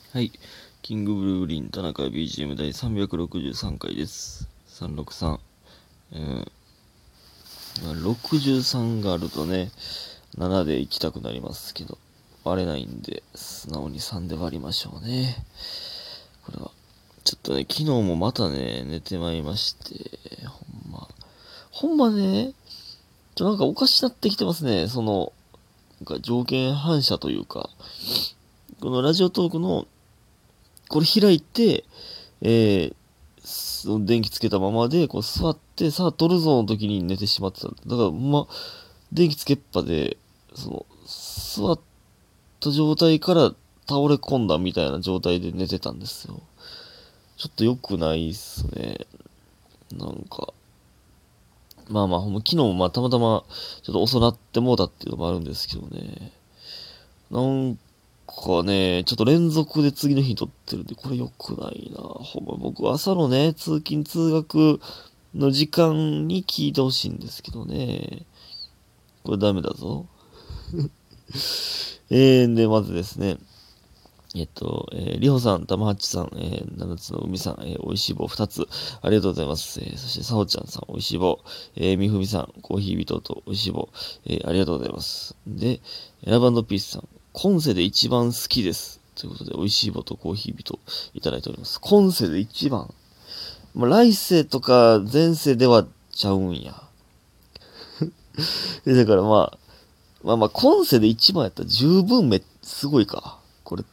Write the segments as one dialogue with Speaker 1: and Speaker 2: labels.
Speaker 1: はい。キングブルーリン田中 BGM 第363回です。363。63があるとね、7で行きたくなりますけど、割れないんで、素直に3で割りましょうね。これは。ちょっとね、昨日もまたね、寝てまいりまして、ほんまね、なんかおかしなってきてますね。なんか条件反射というか、このラジオトークの、これ開いて、えー、その電気つけたままで、こう座って、さあ撮るぞの時に寝てしまってた。だから、電気つけっぱで、座った状態から倒れ込んだみたいな状態で寝てたんですよ。ちょっと良くないっすね。なんか、昨日もたまたま、ちょっと遅なってもうたっていうのもあるんですけどね。なんかね、ちょっと連続で次の日に撮ってるんで、これ良くないな。ほんま僕朝のね、通勤通学の時間に聞いてほしいんですけどね。これダメだぞ。で、まずですね。りほさん、たまはちさん、七つの海さん、おいしい棒2つ、ありがとうございます。そして、さほちゃんさん、おいしい棒、みふみさん、コーヒー人とおいしい棒、ありがとうございます。で、ラブピースさん、今世で一番好きです。ということで、おいしい棒とコーヒー人いただいております。今世で一番。来世とか前世ではちゃうんや。だから今世で一番やったら十分すごいか。これって。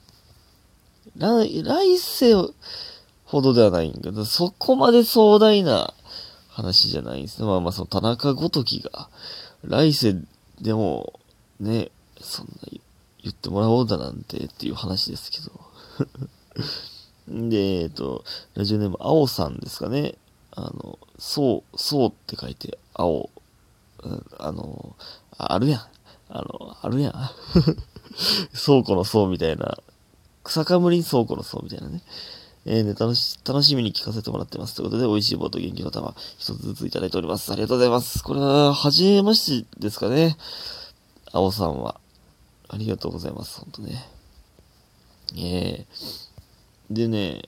Speaker 1: 来世ほどではないんけど、そこまで壮大な話じゃないんですね。その田中ごときが、来世でも、ね、そんな言ってもらおうだなんてっていう話ですけど。で、ラジオネーム、青さんですかね。そうって書いて、青。あるやん。あるやん。倉庫の倉みたいな。草かむり倉庫の倉みたいなね。楽しみに聞かせてもらってます。ということで、美味しい棒と元気の玉、一つずついただいております。ありがとうございます。これは、初めましてですかね。青さんは。ありがとうございます。ほんとね。えでね、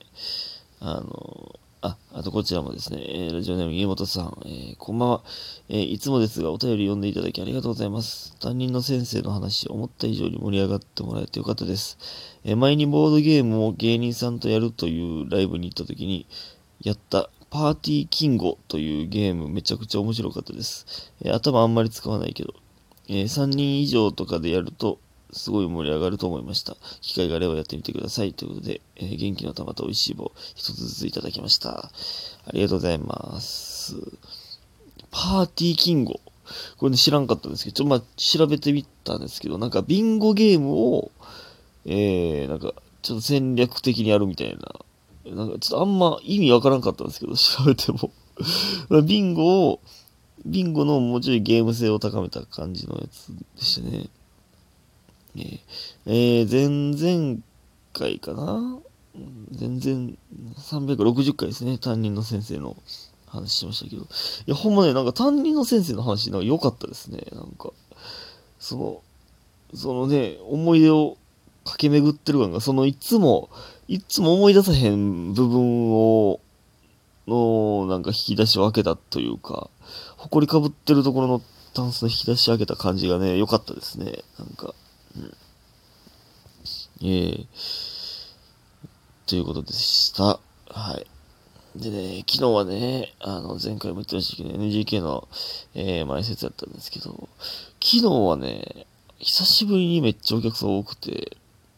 Speaker 1: あとこちらもですね、ラジオネーム家元さん、こんばんは、いつもですがお便り読んでいただきありがとうございます。担任の先生の話、思った以上に盛り上がってもらえてよかったです。前にボードゲームを芸人さんとやるというライブに行った時に、やったパーティーキンゴというゲームめちゃくちゃ面白かったです。頭あんまり使わないけど、3人以上とかでやるとすごい盛り上がると思いました。機会があればやってみてください。ということで、元気の玉と美味しい棒、一つずついただきました。ありがとうございます。パーティーキンゴ。これね、知らんかったんですけど、調べてみたんですけど、なんかビンゴゲームを、ちょっと戦略的にやるみたいな。なんかちょっとあんま意味わからんかったんですけど、調べても。ビンゴを、ビンゴのもうちょいゲーム性を高めた感じのやつでしたね。前々回かな全然360回ですね。担任の先生の話しましたけど。いや、ほんまね、なんか担任の先生の話、なんか良かったですね。なんか、その、そのね、思い出を駆け巡ってる感が、いつも思い出さへん部分なんか引き出しを開けたというか、埃かぶってるところのタンスの引き出し開けた感じがね、良かったですね。なんか、ええということでした。はい。でね、昨日はね、前回も言ってましたけど、NGK の、前説だったんですけど、昨日はね、久しぶりにめっちゃお客さん多くて、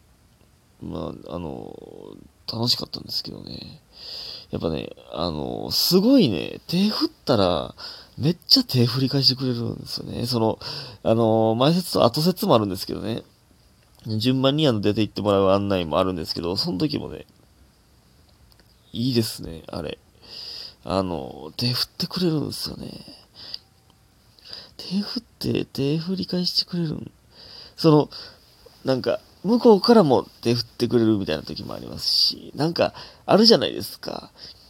Speaker 1: 楽しかったんですけどね。やっぱね、すごいね、手振ったら、めっちゃ手振り返してくれるんですよね。前説と後説もあるんですけどね。順番に出て行ってもらう案内もあるんですけど、その時もね、いいですね、あれ。手振ってくれるんですよね。手振り返してくれるその、なんか、向こうからも手振ってくれるみたいな時もありますし、なんか、あるじゃないですか。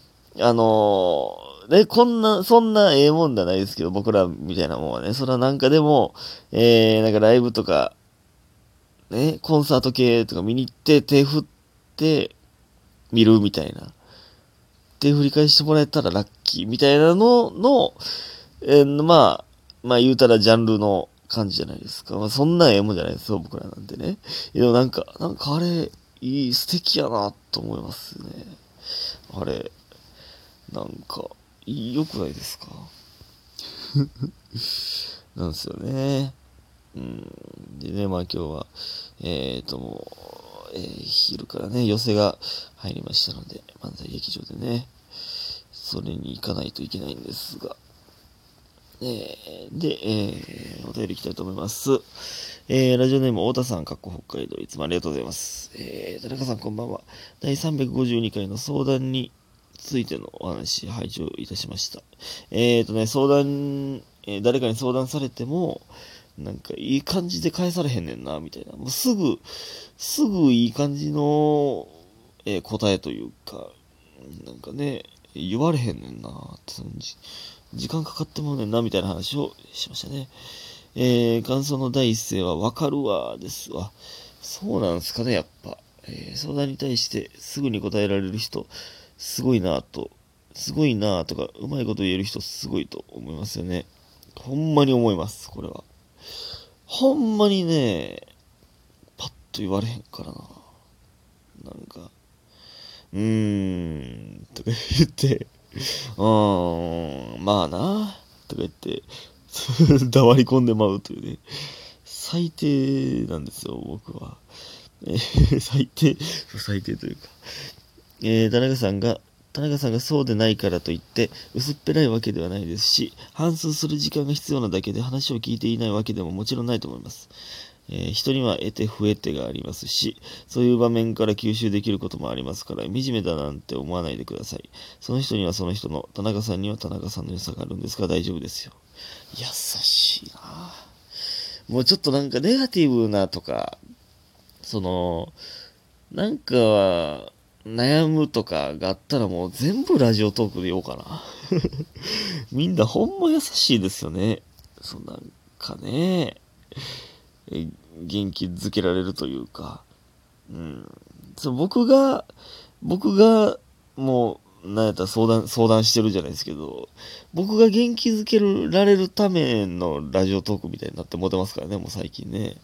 Speaker 1: そんなええもんじゃないですけど、僕らみたいなもんはね、それはなんかでも、なんかライブとかね、コンサート系とか見に行って手振って見るみたいな。手振り返してもらえたらラッキーみたいなのの、まあ言うたらジャンルの感じじゃないですか。まあそんなええもんじゃないですよ、僕らなんてね。でもなんかあれ、素敵やなと思いますね。あれ、良くないですか？なんですよね。でね、まあ今日は、もう、昼からね、寄せが入りましたので、漫才劇場でね、それに行かないといけないんですが、お便り行きたいと思います。ラジオネーム、太田さん、北海道、いつもありがとうございます。田中さん、こんばんは。第352回の相談についてのお話、拝聴いたしました。相談、誰かに相談されても、いい感じで返されへんねんな、みたいな。もうすぐいい感じの、答えというか、言われへんねんな、って時間かかってもねんな、みたいな話をしましたね。感想の第一声は、わかるわ、ですわ。そうなんすかね、やっぱ。相談に対してすぐに答えられる人、すごいなとか、うまいこと言える人、すごいと思いますよね。ほんまに思います、これは。ほんまにね、パッと言われへんからな。とか言って、まあな、とか言って、黙り込んでまうというね。最低なんですよ、僕は。最低というか。田中さんがそうでないからといって、薄っぺらいわけではないですし、反芻する時間が必要なだけで話を聞いていないわけでももちろんないと思います。人には得手不得手がありますし、そういう場面から吸収できることもありますから、惨めだなんて思わないでください。その人にはその人の、田中さんには田中さんの良さがあるんですが大丈夫ですよ。優しいな。もうちょっとネガティブなとか、悩むとかがあったらもう全部ラジオトークで言おうかな。みんなほんま優しいですよね。ね、元気づけられるというか。僕が、もう、なんやったら相談してるじゃないですけど、僕が元気づけられるためのラジオトークみたいになってモテますからね、もう最近ね。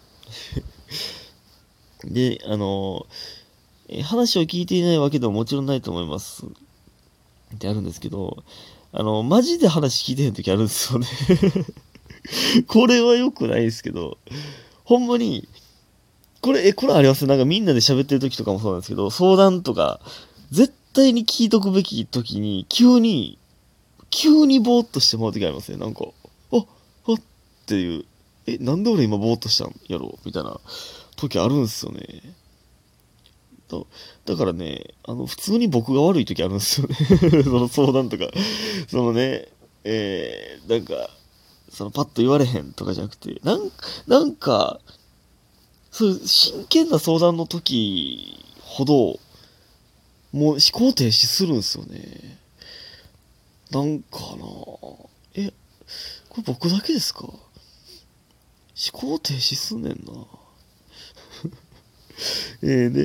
Speaker 1: で、話を聞いていないわけでももちろんないと思います。ってあるんですけど、マジで話聞いてへんときあるんですよね。これは良くないですけど、ほんまに、これあります？みんなで喋ってる時とかもそうなんですけど、相談とか、絶対に聞いとくべき時に、急にぼーっとしてもらう時ありますね。あっていう、なんで俺今ぼーっとしたんやろみたいな時あるんですよね。だからね、普通に僕が悪い時あるんですよね。その相談とか、そのね、パッと言われへんとかじゃなくて、そういう真剣な相談の時ほど、もう思考停止するんですよね。なんかなこれ僕だけですか？思考停止すんねんな。で、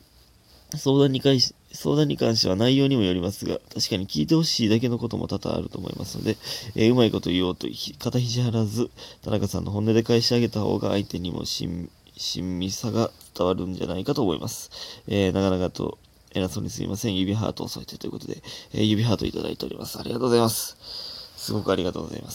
Speaker 1: 相談に関しては内容にもよりますが、確かに聞いてほしいだけのことも多々あると思いますので、うまいこと言おうと肩肘張らず、田中さんの本音で返してあげた方が相手にも親身さが伝わるんじゃないかと思います。長々と偉そうにすいません。指ハートを添えてということで、指ハートいただいております。ありがとうございます。すごくありがとうございます。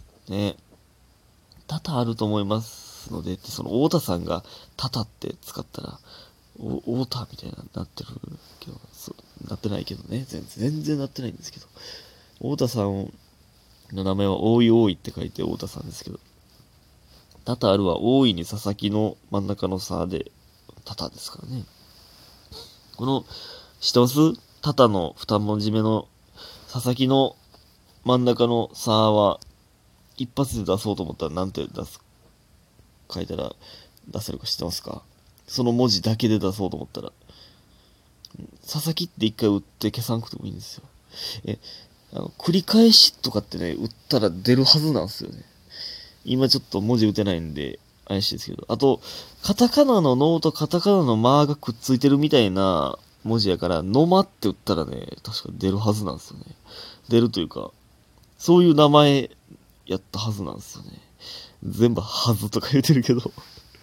Speaker 1: ね。多々あると思いますので、太田さんが多々って使ったら、太田みたいななってるけど、なってないけどね。全然なってないんですけど。太田さんの名前は大いって書いて太田さんですけど、多々あるは大いに佐々木の真ん中の差で、多々ですからね。この、知ってます？多々の二文字目の佐々木の真ん中の差は、一発で出そうと思ったらなんて書いたら出せるか知ってますか？その文字だけで出そうと思ったら。佐々木って一回打って消さなくてもいいんですよ。繰り返しとかってね、打ったら出るはずなんですよね。今ちょっと文字打てないんで、 怪しいですけど。あと、カタカナのノとカタカナのマーがくっついてるみたいな文字やから、ノマって打ったらね、確か出るはずなんですよね。出るというか、そういう名前やったはずなんですよね。全部はずとか言ってるけど、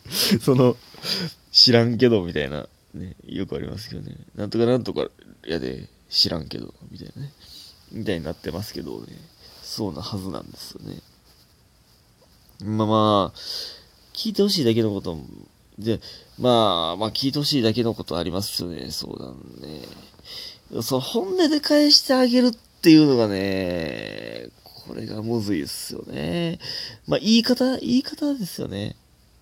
Speaker 1: 知らんけどみたいな、ね、よくありますけどね。なんとかなんとかやで、知らんけど、みたいなね。みたいになってますけどね。そうなはずなんですよね。まあ、聞いてほしいだけのことも、で、聞いてほしいだけのことありますよね、相談ね。本音で返してあげるっていうのがね、これがむずいですよね。言い方ですよね。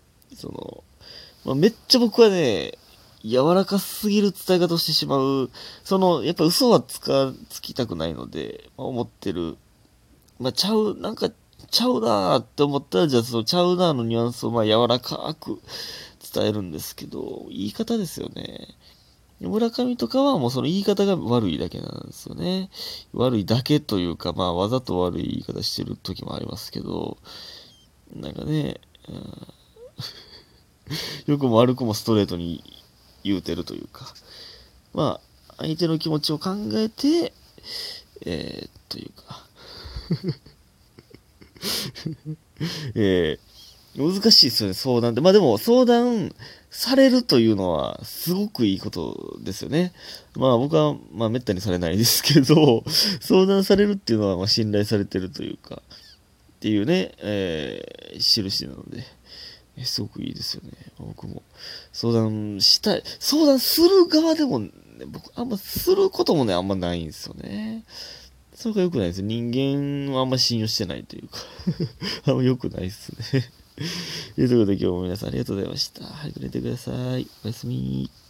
Speaker 1: めっちゃ僕はね、柔らかすぎる伝え方をしてしまう。やっぱ嘘はつきたくないので、思ってる。なんか、ちゃうなーって思ったら、じゃあそのちゃうなーのニュアンスを柔らかく伝えるんですけど、言い方ですよね。村上とかはもうその言い方が悪いだけなんですよね。悪いだけというか、わざと悪い言い方してる時もありますけど、なんかね、よくも悪くもストレートに言うてるというか、相手の気持ちを考えて、というか、難しいですよね、相談って。でも、相談されるというのは、すごくいいことですよね。僕は、めったにされないですけど、相談されるっていうのは、信頼されてるというか、っていうね、印なので、すごくいいですよね。僕も、相談する側でも、ね、僕、あんますることもね、あんまないんですよね。それが良くないです。人間はあんま信用してないというかあんま良くないですねということで今日も皆さんありがとうございました。早く寝てください。おやすみ。